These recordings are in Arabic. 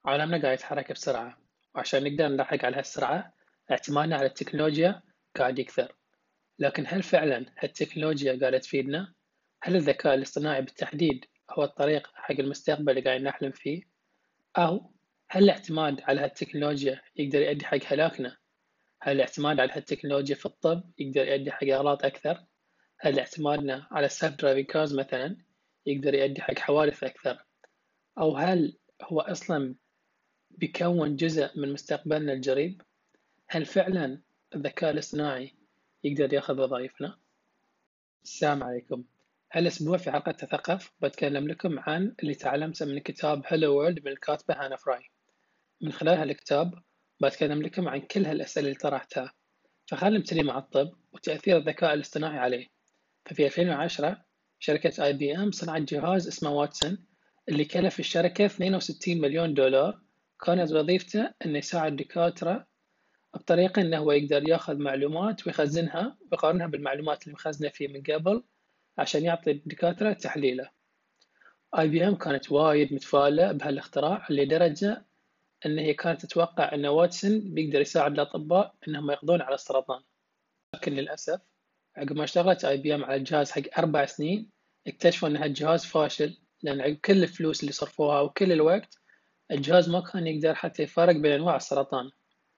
عالمنا قاعد يتحرك بسرعة، وعشان نقدر نلحق على هالسرعة اعتمادنا على التكنولوجيا قاعد يكثر. لكن هل فعلا هالتكنولوجيا قاعدة تفيدنا؟ هل الذكاء الاصطناعي بالتحديد هو الطريق حق المستقبل اللي قاعد نحلم فيه؟ أو هل الاعتماد على هالتكنولوجيا يقدر يؤدي حق هلاكنا؟ هل الاعتماد على هالتكنولوجيا في الطب يقدر يؤدي حق أغلاط أكثر؟ هل اعتمادنا على السيلف درايفنج كارز مثلا يقدر يؤدي حق حوادث أكثر؟ أو هل هو أصلا بيكون جزء من مستقبلنا القريب؟ هل فعلا الذكاء الاصطناعي يقدر ياخذ وظائفنا؟ السلام عليكم. هالأسبوع في حلقة تثقف بتكلم لكم عن اللي تعلمته من كتاب هلو وورلد من الكاتبة هانا فراي. من خلال هالكتاب بتكلم لكم عن كل هالأسئلة اللي طرحتها. فخلينا نبتدي مع الطب وتأثير الذكاء الاصطناعي عليه. ففي 2010 شركة اي بي ام صنعت جهاز اسمه واتسون اللي كلف الشركة 62 مليون دولار. كانت وظيفته انه يساعد الدكاترة بطريقة إنه هو يقدر ياخذ معلومات ويخزنها ويقارنها بالمعلومات اللي مخزنة فيه من قبل عشان يعطي الدكاترة تحليله. اي بي ام كانت وايد متفائلة بهالاختراع لدرجة إن هي كانت تتوقع إن واتسون بيقدر يساعد الأطباء إنهم يقضون على السرطان. لكن للأسف عقب ما اشتغلت اي بي ام على الجهاز حق 4 سنين اكتشفوا إن هالجهاز فاشل، لأن عقب كل الفلوس اللي صرفوها وكل الوقت الجهاز ما كان يقدر حتى يفرق بين أنواع السرطان.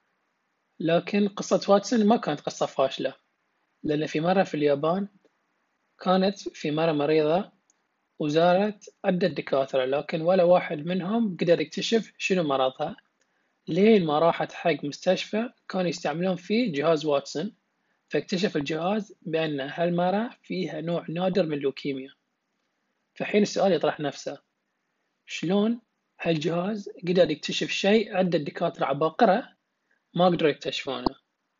لكن قصة واتسون ما كانت قصة فاشلة، لأن في مرة في اليابان كانت في مرة مريضة وزارت عدة دكاترة، لكن ولا واحد منهم قدر يكتشف شنو مرضها، لين ما راحت حق مستشفى كانوا يستعملون فيه جهاز واتسون. فاكتشف الجهاز بأن هالمرة فيها نوع نادر من اللوكيميا. فحين السؤال يطرح نفسه، شلون هالجهاز قدر يكتشف شيء عدة دكاترة عباقرة ما قدروا يكتشفونه؟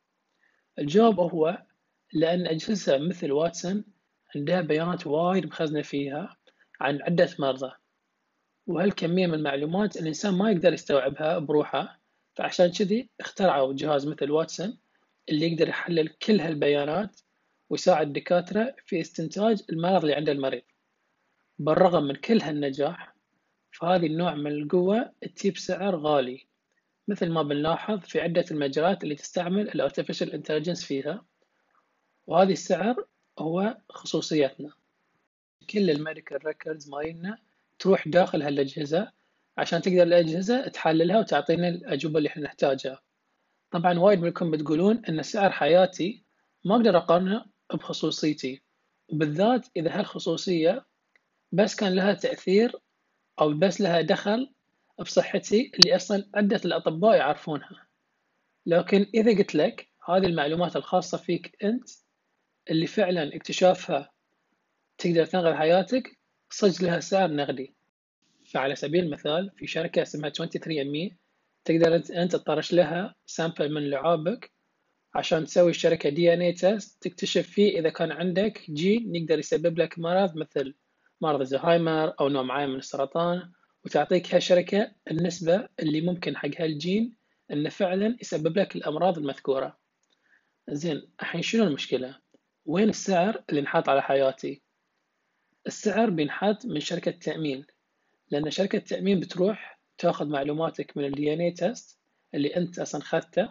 الجواب هو لأن أجهزة مثل واتسون عندها بيانات وايد مخزنة فيها عن عدة مرضى، وهالكمية من المعلومات الإنسان ما يقدر يستوعبها بروحه. فعشان كذي اخترعوا جهاز مثل واتسون اللي يقدر يحلل كل هالبيانات ويساعد الدكاترة في استنتاج المرض اللي عند المريض. بالرغم من كل هالنجاح، فهذه النوع من القوة تجيب سعر غالي، مثل ما بنلاحظ في عدة المجالات اللي تستعمل ال Artificial Intelligence فيها. وهذه السعر هو خصوصيتنا. كل الميديكال ريكوردز مالنا تروح داخل هالأجهزة عشان تقدر الأجهزة تحللها وتعطينا الأجوبة اللي احنا نحتاجها. طبعا وايد منكم بتقولون إن سعر حياتي ما أقدر أقارنه بخصوصيتي، وبالذات إذا هالخصوصية بس كان لها تأثير أو بس لها دخل بصحتي اللي أصلا عدة الأطباء يعرفونها. لكن إذا قلت لك هذه المعلومات الخاصة فيك أنت اللي فعلا اكتشافها تقدر تنقذ حياتك، صج لها سعر نقدي. فعلى سبيل المثال في شركة اسمها 23andMe تقدر أنت تطرش لها سامبل من لعابك عشان تسوي الشركة DNA تيست تكتشف فيه إذا كان عندك جين يقدر يسبب لك مرض مثل مرض الزهايمر أو نوع معين من السرطان، وتعطيك هالشركة النسبة اللي ممكن حق هالجين إنه فعلا يسبب لك الأمراض المذكورة. زين، الحين شنو المشكلة؟ وين السعر اللي نحط على حياتي؟ السعر بينحط من شركة تأمين، لأن شركة التأمين بتروح تاخذ معلوماتك من ال DNA تيست اللي أنت أصلا خذته،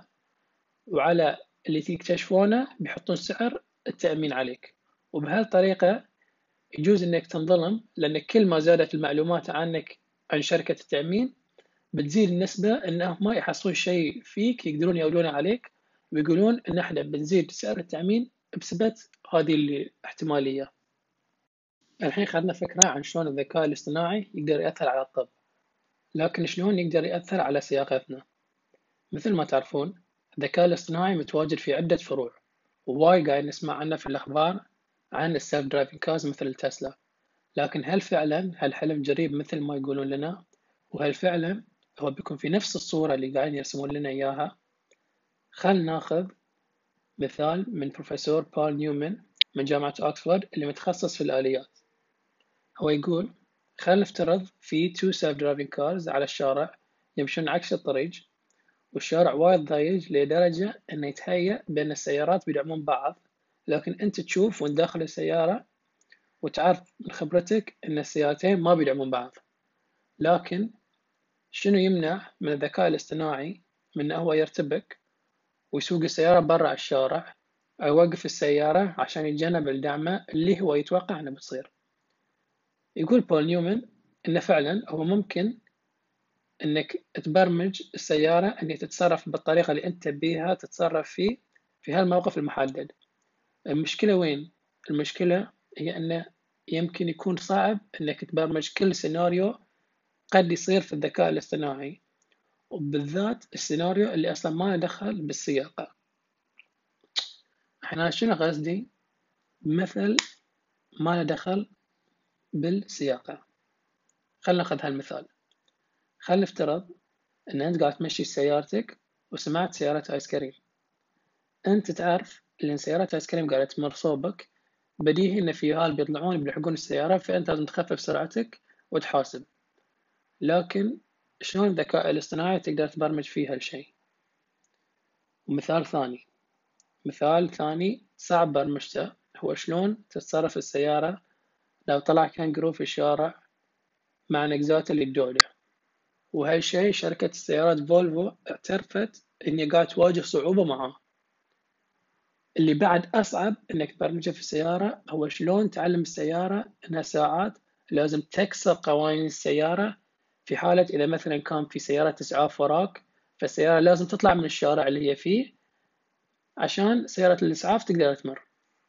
وعلى اللي تكتشفونه بيحطون سعر التأمين عليك. وبهالطريقة يجوز إنك تنظلم، لأن كل ما زادت المعلومات عنك عن شركة التأمين بتزيد النسبة إنهم ما يحصلون شيء فيك يقدرون يقولونه عليك، ويقولون إن إحنا بنزيد سعر التأمين بسبب هذه الاحتمالية. الحين خدنا فكرة عن شلون الذكاء الاصطناعي يقدر يأثر على الطب، لكن شلون يقدر يأثر على سياقتنا؟ مثل ما تعرفون الذكاء الاصطناعي متواجد في عدة فروع، ووايد قاعد نسمع عنه في الأخبار عن السيلف درايفنج كارز مثل التسلا. لكن هل فعلا هالحلم قريب مثل ما يقولون لنا؟ وهل فعلا هو بيكون في نفس الصورة اللي قاعدين يرسمون لنا إياها؟ خل ناخذ مثال من بروفيسور بول نيومان من جامعة أكسفورد اللي متخصص في الآليات. هو يقول خل نفترض في تو سيلف درايفنج كارز على الشارع يمشون عكس الطريق، والشارع وايد ضيق لدرجة إنه يتهيأ بأن السيارات بيدعمون بعض، لكن أنت تشوف وأنت داخل السيارة وتعرف من خبرتك إن السيارتين ما بيدعمون بعض. لكن شنو يمنع من الذكاء الاصطناعي من إنه هو يرتبك ويسوق السيارة برا الشارع أو يوقف السيارة عشان يتجنب الدعمة اللي هو يتوقع إنها بتصير؟ يقول بول نيومان إنه فعلا هو ممكن إنك تبرمج السيارة إنها تتصرف بالطريقة اللي أنت بيها تتصرف فيه في هالموقف المحدد. المشكلة وين؟ المشكلة هي أنه يمكن يكون صعب إنك تبرمج كل سيناريو قد يصير في الذكاء الاصطناعي، وبالذات السيناريو اللي أصلا ما له دخل بالسياقة. احنا شنو قصدي؟ مثل ما له دخل بالسياقة. خلنا ناخذ هالمثال. خلنا نفترض إن أنت قاعد تمشي سيارتك وسمعت سيارة آيس كريم. أنت تعرف إن سيارة آيس كريم قاعدة تمر صوبك، بديهي إن في هال بيطلعون بيلحقون السيارة، فأنت لازم تخفف سرعتك وتحاسب. لكن شلون الذكاء الاصطناعي تقدر تبرمج فيه هالشي؟ مثال ثاني صعب برمجته هو شلون تتصرف السيارة لو طلع كانجرو في الشارع مع نقزات اللي تدوده. وهالشي شركة السيارات فولفو اعترفت إنها قاعد تواجه صعوبة معاه. اللي بعد أصعب إنك تبرمجه في السيارة هو شلون تعلم السيارة إنها ساعات لازم تكسر قوانين السيارة، في حالة إذا مثلا كان في سيارة إسعاف وراك، فالسيارة لازم تطلع من الشارع اللي هي فيه عشان سيارة الإسعاف تقدر تمر.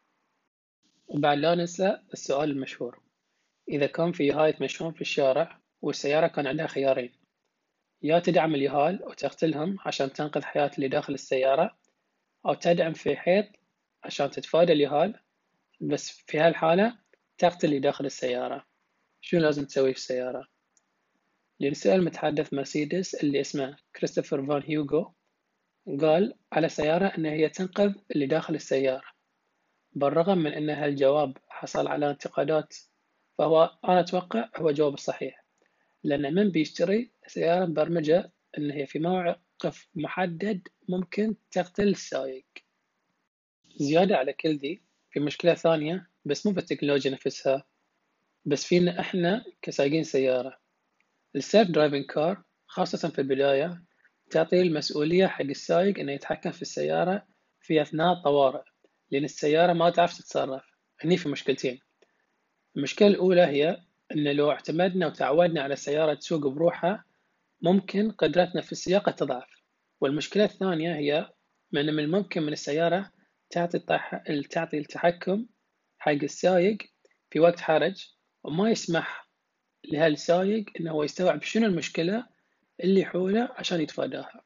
وبعد لا ننسى السؤال المشهور: إذا كان في يهال يتمشون في الشارع والسيارة كان عندها خيارين، يا تدعم اليهال وتقتلهم عشان تنقذ حياة اللي داخل السيارة، أو تدعم في حيط عشان تتفادى اليهال بس في هالحالة تقتل اللي داخل السيارة، شنو لازم تسوي في السيارة؟ اللي سأل متحدث مرسيدس اللي اسمه كريستوفر فان هيوغو، قال على السيارة إن هي تنقذ اللي داخل السيارة. بالرغم من أن هالجواب حصل على انتقادات، فهو أنا أتوقع هو جواب الصحيح، لأن من بيشتري سيارة مبرمجة إن هي في موقف محدد ممكن تقتل السايق. زيادة على كل ذي، في مشكلة ثانية بس مو بالتكنولوجيا نفسها، بس فينا إحنا كسايقين سيارة. السيلف درايفنج كار خاصة في البداية تعطي المسؤولية حق السايق إنه يتحكم في السيارة في أثناء الطوارئ، لأن السيارة ما تعرف تتصرف. هني في مشكلتين. المشكلة الأولى هي إن لو اعتمدنا وتعودنا على السيارة تسوق بروحها ممكن قدرتنا في السياقة تضعف. والمشكلة الثانية هي من الممكن من السيارة تعطي التحكم حق السايق في وقت حرج، وما يسمح لهالسايق إنه هو يستوعب شنو المشكلة اللي حوله عشان يتفاداها.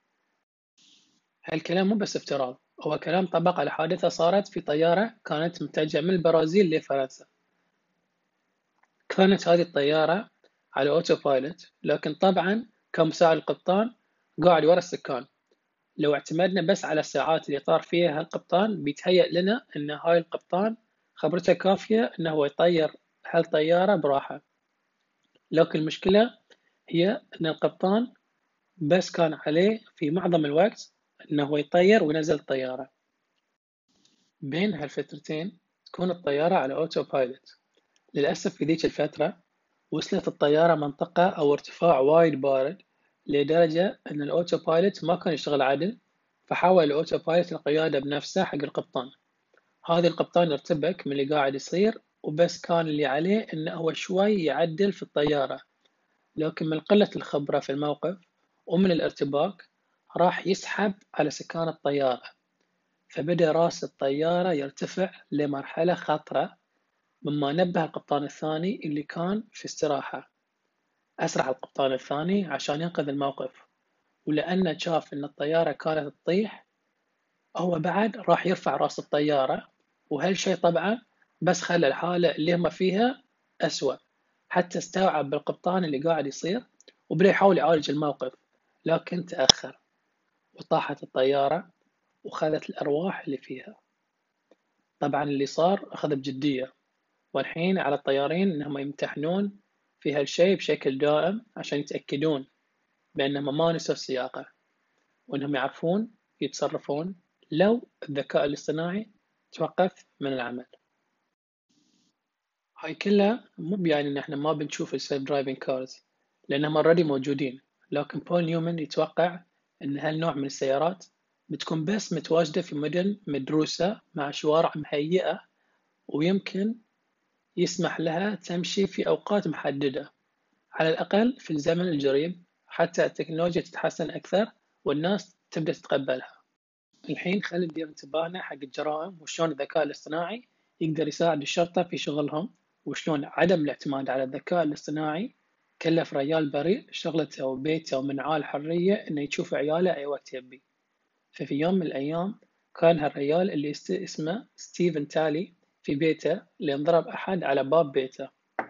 هالكلام مو بس افتراض، هو كلام طبق على حادثة صارت في طيارة كانت متجهة من البرازيل لفرنسا. كانت هذه الطيارة على أوتو بايلوت، لكن طبعا كان مساعد القبطان قاعد ورا السكان. لو اعتمدنا بس على الساعات اللي طار فيها هالقبطان بيتهيأ لنا أن هاي القبطان خبرته كافية أنه هو يطير هالطيارة براحة. لكن المشكلة هي أن القبطان بس كان عليه في معظم الوقت أنه هو يطير وينزل الطيارة. بين هالفترتين تكون الطيارة على أوتو بايلوت. للأسف في ذيك الفترة وصلت الطيارة منطقة أو ارتفاع وايد بارد لدرجة أن الأوتو بايلوت ما كان يشتغل عدل، فحاول الأوتو بايلوت القيادة بنفسه حق القبطان. هذا القبطان ارتبك من اللي قاعد يصير، وبس كان اللي عليه إنه هو شوي يعدل في الطيارة، لكن من قلة الخبرة في الموقف ومن الارتباك راح يسحب على سكان الطيارة، فبدأ راس الطيارة يرتفع لمرحلة خطرة، مما نبه القبطان الثاني اللي كان في استراحة. أسرع القبطان الثاني عشان ينقذ الموقف، ولأنه شاف إن الطيارة كانت تطيح هو بعد راح يرفع راس الطيارة، وهالشي طبعا بس خلى الحالة اللي هم فيها أسوأ. حتى استوعب بالقبطان اللي قاعد يصير وبدأ يحاول يعالج الموقف، لكن تأخر وطاحت الطيارة وخذت الأرواح اللي فيها. طبعا اللي صار أخذ بجدية، والحين على الطيارين إنهم يمتحنون في هالشي بشكل دائم عشان يتأكدون بأنهم ما نسوا السياقة، وأنهم يعرفون يتصرفون لو الذكاء الاصطناعي توقف من العمل. هاي كلها مو يعني إن إحنا ما بنشوف السيلف درايفنج كارز، لأنهم already موجودين. لكن بول نيومان يتوقع أن هالنوع من السيارات بتكون بس متواجدة في مدن مدروسة مع شوارع مهيئة، ويمكن يسمح لها تمشي في أوقات محددة على الأقل في الزمن القريب حتى التكنولوجيا تتحسن أكثر والناس تبدأ تتقبلها. الحين خلينا ندير انتباهنا حق الجرائم وشلون الذكاء الاصطناعي يقدر يساعد الشرطة في شغلهم، وشلون عدم الاعتماد على الذكاء الاصطناعي كلف ريال بريء شغلته وبيته ومنعاه الحرية إنه يشوف عياله أي وقت يبي. ففي يوم من الأيام كان هالريال اللي اسمه ستيفن تالي في بيته لين ضرب أحد على باب بيته.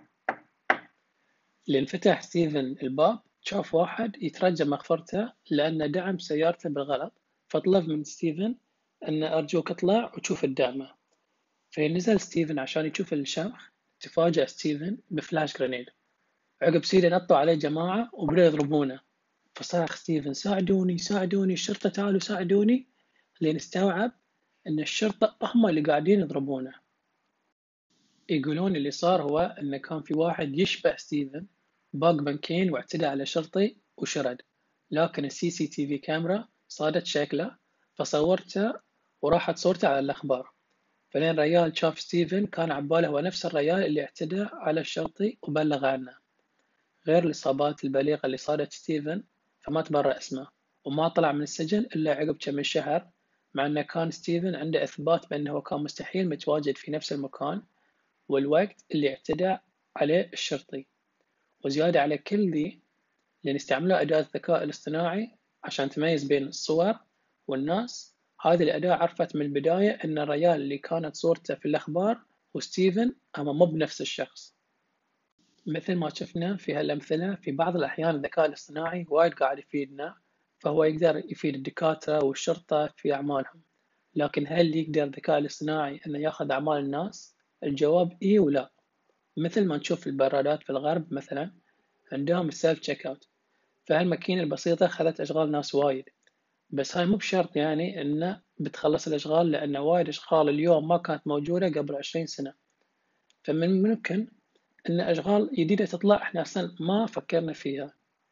لين فتح ستيفن الباب شاف واحد يترجى مغفرته لأنه دعم سيارته بالغلط، فطلب من ستيفن أنه أرجوك اطلع وشوف الدعمة. فنزل ستيفن عشان يشوف الشمخ، تفاجأ ستيفن بفلاش جرينيد. عقب سيدة نطوا عليه جماعة وبدأوا يضربونه، فصرخ ستيفن ساعدوني ساعدوني الشرطة تعالوا ساعدوني، لين استوعب أن الشرطة هم اللي قاعدين يضربونه. يقولون اللي صار هو أنه كان في واحد يشبه ستيفن باق بنكين واعتدى على شرطي وشرد، لكن الCCTV كاميرا صادت شكله فصورته وراحت صورته على الأخبار. فلين ريال شاف ستيفن كان عباله هو نفس الريال اللي اعتدى على الشرطي وبلغ عنه. غير الإصابات البليغة اللي صادت ستيفن، فما تبرأ اسمه وما طلع من السجن إلا عقب كم شهر، مع أنه كان ستيفن عنده إثبات بأنه كان مستحيل متواجد في نفس المكان والوقت اللي اعتدى عليه الشرطي. وزيادة على كل ذي، لأن استعملوا أداة الذكاء الاصطناعي عشان تميز بين الصور والناس، هذه الأداة عرفت من البداية أن الرجال اللي كانت صورته في الأخبار وستيفن أما مو بنفس الشخص. مثل ما شفنا في هالأمثلة، في بعض الأحيان الذكاء الاصطناعي وايد قاعد يفيدنا، فهو يقدر يفيد الدكاترة والشرطة في أعمالهم. لكن هل يقدر الذكاء الاصطناعي أنه ياخذ أعمال الناس؟ الجواب إيه ولا. مثل ما نشوف البرادات في الغرب مثلا عندهم السيلف تشيك اوت، فهالماكينة البسيطة خذت أشغال ناس وايد، بس هاي مو بشرط يعني إنه بتخلص الأشغال، لأن وايد أشغال اليوم ما كانت موجودة قبل 20 سنة. فمن الممكن إن أشغال جديدة تطلع إحنا أصلا ما فكرنا فيها.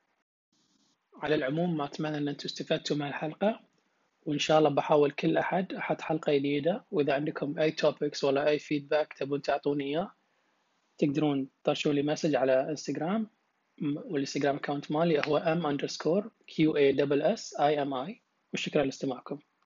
على العموم ما أتمنى أن أنتم استفدتوا من الحلقة، وإن شاء الله بحاول كل أحد أحط حلقة جديدة. وإذا عندكم أي توبكس ولا أي فيدباك تبون تعطوني إياه، تقدرون ترشوا لي مسج على انستغرام، والانستغرام اكونت مالي هو m_QASSIMI. وشكرا لاستماعكم.